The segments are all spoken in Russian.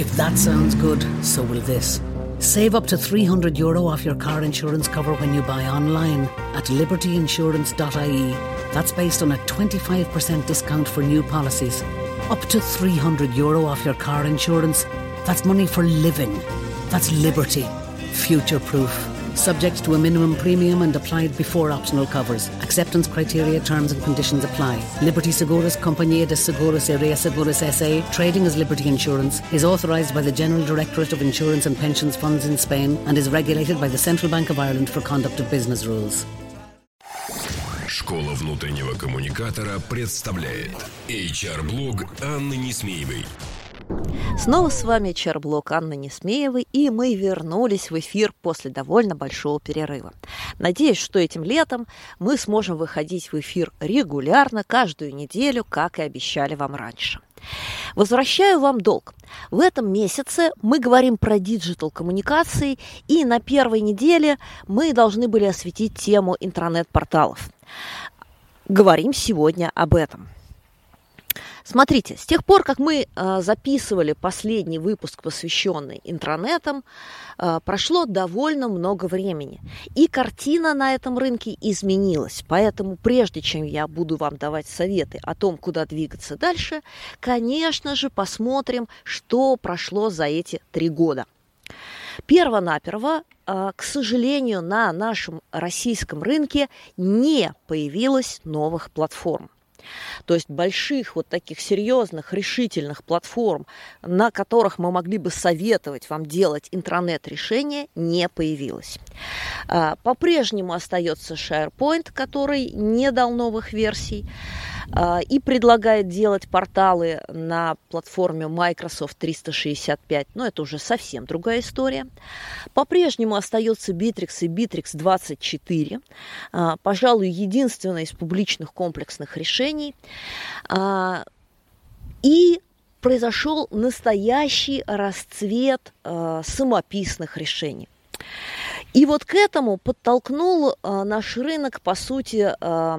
If that sounds good, so will this. Save up to €300 off your car insurance cover when you buy online at libertyinsurance.ie. That's based on a 25% discount for new policies. Up to €300 off your car insurance. That's money for living. That's Liberty. Future-proof. Subject to a minimum premium and applied before optional covers. Acceptance criteria, terms and conditions apply. Liberty Seguros Compañía de Seguros y Reaseguros S.A., trading as Liberty Insurance, is authorised by the General Directorate of Insurance and Pensions Funds in Spain and is regulated by the Central Bank of Ireland for conduct of business rules. Школа внутреннего коммуникатора представляет HR-блог Анны Несмеевой. Снова с вами HR-блог Анны Несмеевой, и мы вернулись в эфир после довольно большого перерыва. Надеюсь, что этим летом мы сможем выходить в эфир регулярно, каждую неделю, как и обещали вам раньше. Возвращаю вам долг. В этом месяце мы говорим про диджитал-коммуникации, и на первой неделе мы должны были осветить тему интранет-порталов. Говорим сегодня об этом. Смотрите, с тех пор, как мы записывали последний выпуск, посвященный интранетам, прошло довольно много времени. И картина на этом рынке изменилась. Поэтому прежде чем я буду вам давать советы о том, куда двигаться дальше, конечно же, посмотрим, что прошло за эти 3 года. Перво-наперво, к сожалению, на нашем российском рынке не появилось новых платформ. То есть больших вот таких серьезных, решительных платформ, на которых мы могли бы советовать вам делать интранет-решения, не появилось. По-прежнему остается SharePoint, который не дал новых версий и предлагает делать порталы на платформе Microsoft 365, но это уже совсем другая история. По-прежнему остается Bittrex и Bittrex 24, пожалуй, единственное из публичных комплексных решений. И произошел настоящий расцвет самописных решений. И вот к этому подтолкнул наш рынок, по сути,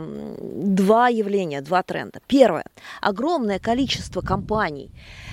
2 явления, 2 тренда. Первое. Огромное количество компаний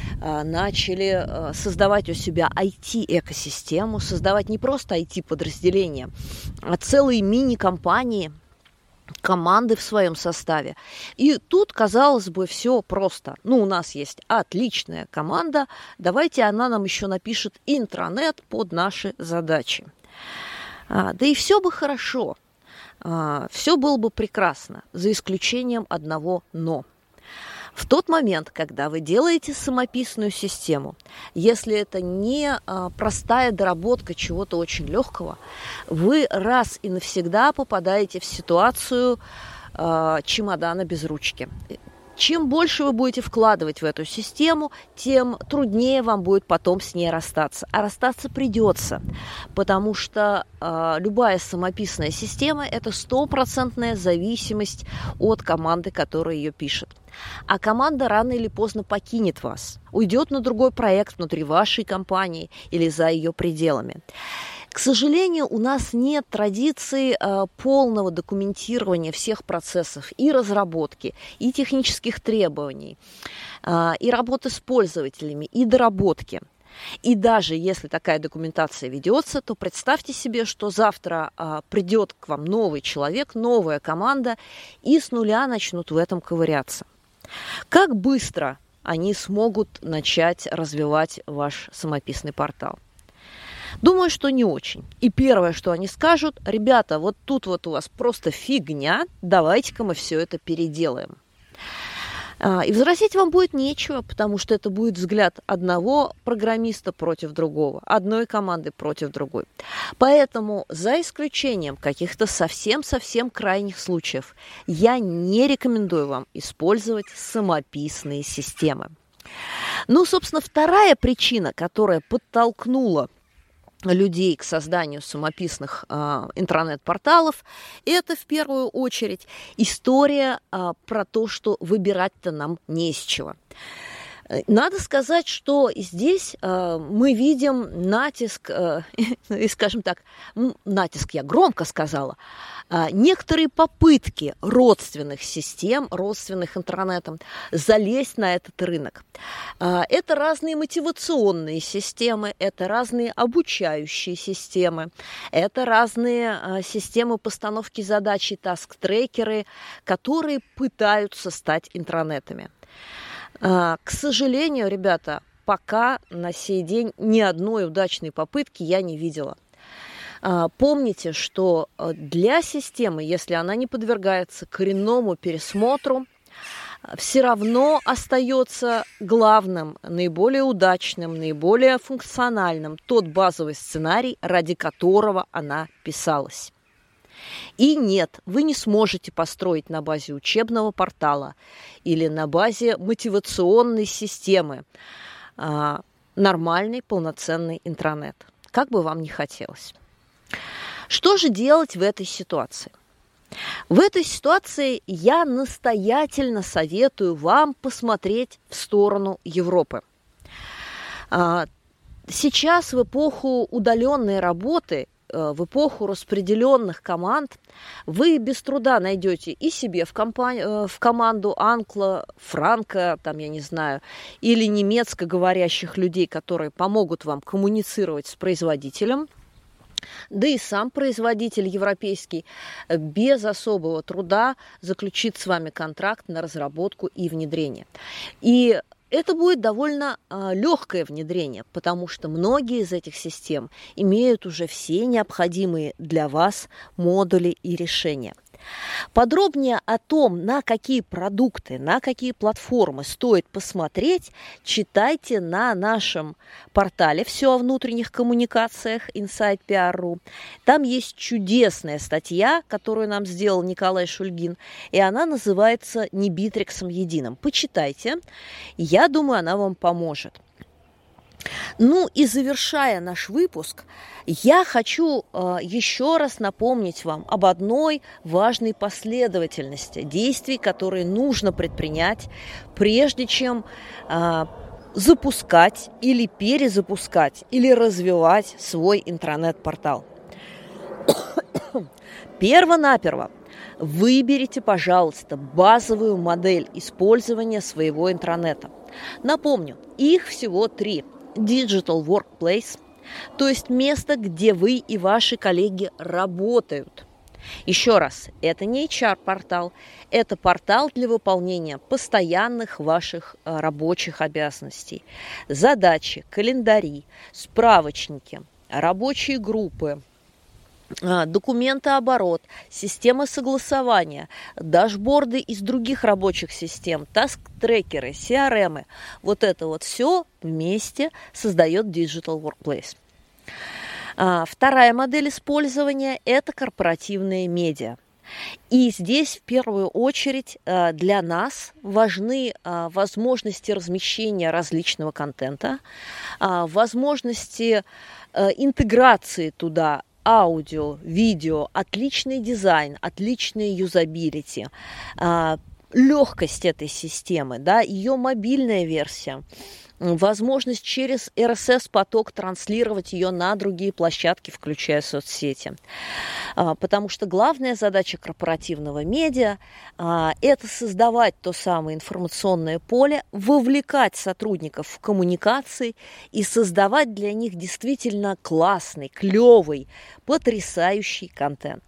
начали создавать у себя IT-экосистему, создавать не просто IT-подразделения, а целые мини-компании, команды в своем составе. И тут, казалось бы, все просто. У нас есть отличная команда, давайте она нам еще напишет интранет под наши задачи. Да и все бы хорошо, все было бы прекрасно, за исключением одного «но». В тот момент, когда вы делаете самописную систему, если это не простая доработка чего-то очень легкого, вы раз и навсегда попадаете в ситуацию чемодана без ручки. Чем больше вы будете вкладывать в эту систему, тем труднее вам будет потом с ней расстаться. А расстаться придется, потому что любая самописная система – это 100% зависимость от команды, которая ее пишет. А команда рано или поздно покинет вас, уйдет на другой проект внутри вашей компании или за ее пределами. К сожалению, у нас нет традиции полного документирования всех процессов и разработки, и технических требований, и работы с пользователями, и доработки. И даже если такая документация ведется, то представьте себе, что завтра придет к вам новый человек, новая команда, и с нуля начнут в этом ковыряться. Как быстро они смогут начать развивать ваш самописный портал? Думаю, что не очень. И первое, что они скажут: ребята, вот тут вот у вас просто фигня, давайте-ка мы все это переделаем. И возразить вам будет нечего, потому что это будет взгляд одного программиста против другого, одной команды против другой. Поэтому, за исключением каких-то совсем-совсем крайних случаев, я не рекомендую вам использовать самописные системы. Собственно, вторая причина, которая подтолкнула людей к созданию самописных интранет-порталов, это в первую очередь история про то, что выбирать-то нам не из чего. Надо сказать, что здесь мы видим натиск, и, скажем так, натиск я громко сказала, некоторые попытки родственных систем, родственных интернетам, залезть на этот рынок. Это разные мотивационные системы, это разные обучающие системы, это разные системы постановки задач и таск-трекеры, которые пытаются стать интранетами. К сожалению, ребята, пока на сей день ни одной удачной попытки я не видела. Помните, что для системы, если она не подвергается коренному пересмотру, все равно остается главным, наиболее удачным, наиболее функциональным тот базовый сценарий, ради которого она писалась. И нет, вы не сможете построить на базе учебного портала или на базе мотивационной системы нормальный, полноценный интранет, как бы вам ни хотелось. Что же делать в этой ситуации? В этой ситуации я настоятельно советую вам посмотреть в сторону Европы. Сейчас, в эпоху удаленной работы, в эпоху распределенных команд, вы без труда найдете и себе в команду англо, франко, там, я не знаю, или немецко говорящих людей, которые помогут вам коммуницировать с производителем. Да и сам производитель европейский без особого труда заключит с вами контракт на разработку и внедрение. И это будет довольно легкое внедрение, потому что многие из этих систем имеют уже все необходимые для вас модули и решения. Подробнее о том, на какие продукты, на какие платформы стоит посмотреть, читайте на нашем портале «Все о внутренних коммуникациях» Inside PR.ru. Там есть чудесная статья, которую нам сделал Николай Шульгин, и она называется «Не Битриксом единым». Почитайте, я думаю, она вам поможет. Ну и завершая наш выпуск, я хочу еще раз напомнить вам об одной важной последовательности действий, которые нужно предпринять, прежде чем запускать или перезапускать, или развивать свой интранет-портал. Перво-наперво выберите, пожалуйста, базовую модель использования своего интранета. Напомню, их всего 3. Digital Workplace, то есть место, где вы и ваши коллеги работают. Еще раз, это не HR-портал, это портал для выполнения постоянных ваших рабочих обязанностей. Задачи, календари, справочники, рабочие группы, документооборот, система согласования, дашборды из других рабочих систем, таск-трекеры, CRM. Вот это вот все вместе создает Digital Workplace. Вторая модель использования – это корпоративные медиа. И здесь в первую очередь для нас важны возможности размещения различного контента, возможности интеграции туда аудио, видео, отличный дизайн, отличная юзабилити, легкость этой системы, да, ее мобильная версия, возможность через RSS-поток транслировать ее на другие площадки, включая соцсети. Потому что главная задача корпоративного медиа – это создавать то самое информационное поле, вовлекать сотрудников в коммуникации и создавать для них действительно классный, клевый, потрясающий контент.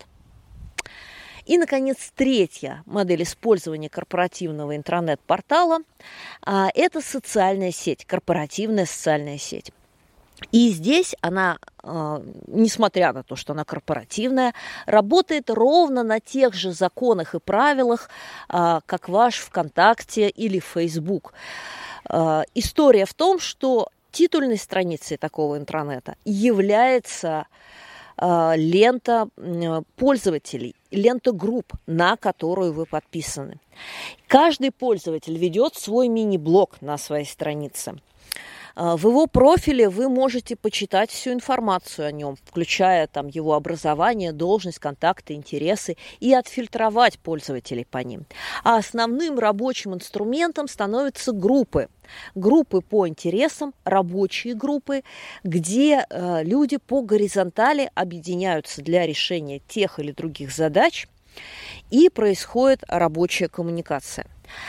И, наконец, третья модель использования корпоративного интернет-портала – это социальная сеть, корпоративная социальная сеть. И здесь она, несмотря на то, что она корпоративная, работает ровно на тех же законах и правилах, как ваш ВКонтакте или Фейсбук. История в том, что титульной страницей такого интранета является лента пользователей, лента групп, на которую вы подписаны. Каждый пользователь ведет свой мини-блог на своей странице. В его профиле вы можете почитать всю информацию о нем, включая там его образование, должность, контакты, интересы, и отфильтровать пользователей по ним. А основным рабочим инструментом становятся группы. Группы по интересам, рабочие группы, где люди по горизонтали объединяются для решения тех или других задач, и происходит рабочая коммуникация.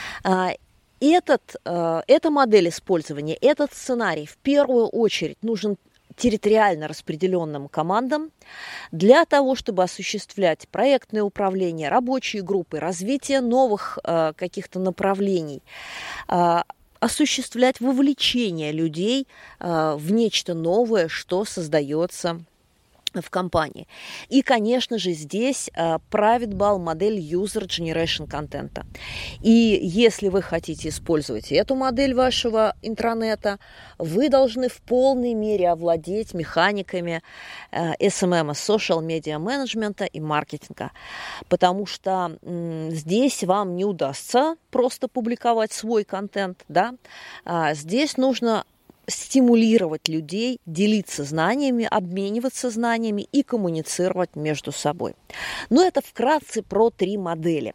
Эта модель использования, этот сценарий в первую очередь нужен территориально распределенным командам для того, чтобы осуществлять проектное управление, рабочие группы, развитие новых каких-то направлений, осуществлять вовлечение людей в нечто новое, что создается в компании. И, конечно же, здесь правит бал модель User Generation контента. И если вы хотите использовать эту модель вашего интранета, вы должны в полной мере овладеть механиками SMM, Social Media Management и маркетинга, потому что здесь вам не удастся просто публиковать свой контент, да? Здесь нужно стимулировать людей, делиться знаниями, обмениваться знаниями и коммуницировать между собой. Но это вкратце про 3 модели.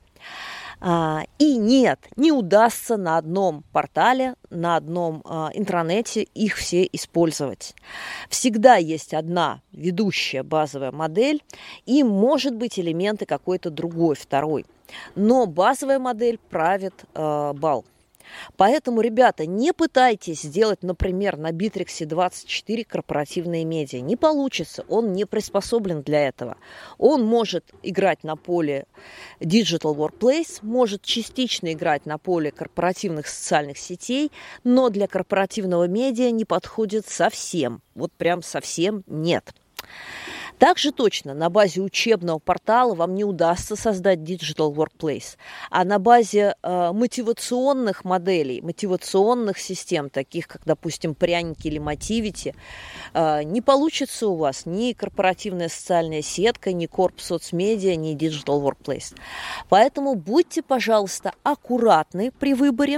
И нет, не удастся на одном портале, на одном интранете их все использовать. Всегда есть одна ведущая базовая модель, и может быть элементы какой-то другой, второй. Но базовая модель правит бал. Поэтому, ребята, не пытайтесь сделать, например, на Bittrex 24 корпоративные медиа. Не получится, он не приспособлен для этого. Он может играть на поле Digital Workplace, может частично играть на поле корпоративных социальных сетей, но для корпоративного медиа не подходит совсем. Вот прям совсем нет. Также точно на базе учебного портала вам не удастся создать Digital Workplace, а на базе мотивационных моделей, мотивационных систем, таких как, допустим, пряники или Motivity, не получится у вас ни корпоративная социальная сетка, ни корп соцмедиа, ни Digital Workplace. Поэтому будьте, пожалуйста, аккуратны при выборе.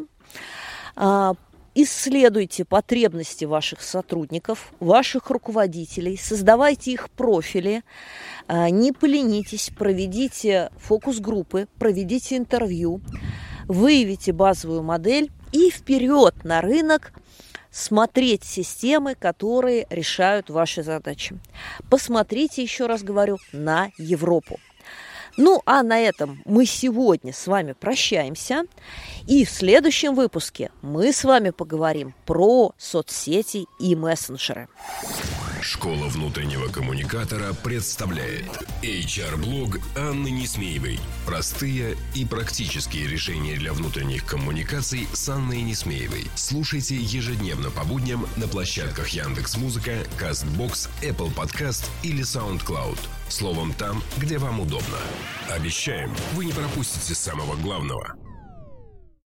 Исследуйте потребности ваших сотрудников, ваших руководителей, создавайте их профили, не поленитесь, проведите фокус-группы, проведите интервью, выявите базовую модель и вперед на рынок смотреть системы, которые решают ваши задачи. Посмотрите, еще раз говорю, на Европу. Ну, а на этом мы сегодня с вами прощаемся. И в следующем выпуске мы с вами поговорим про соцсети и мессенджеры. Школа внутреннего коммуникатора представляет HR-блог Анны Несмеевой. Простые и практические решения для внутренних коммуникаций с Анной Несмеевой. Слушайте ежедневно по будням на площадках Яндекс.Музыка, Castbox, Apple Podcast или SoundCloud. Словом, там, где вам удобно. Обещаем, вы не пропустите самого главного.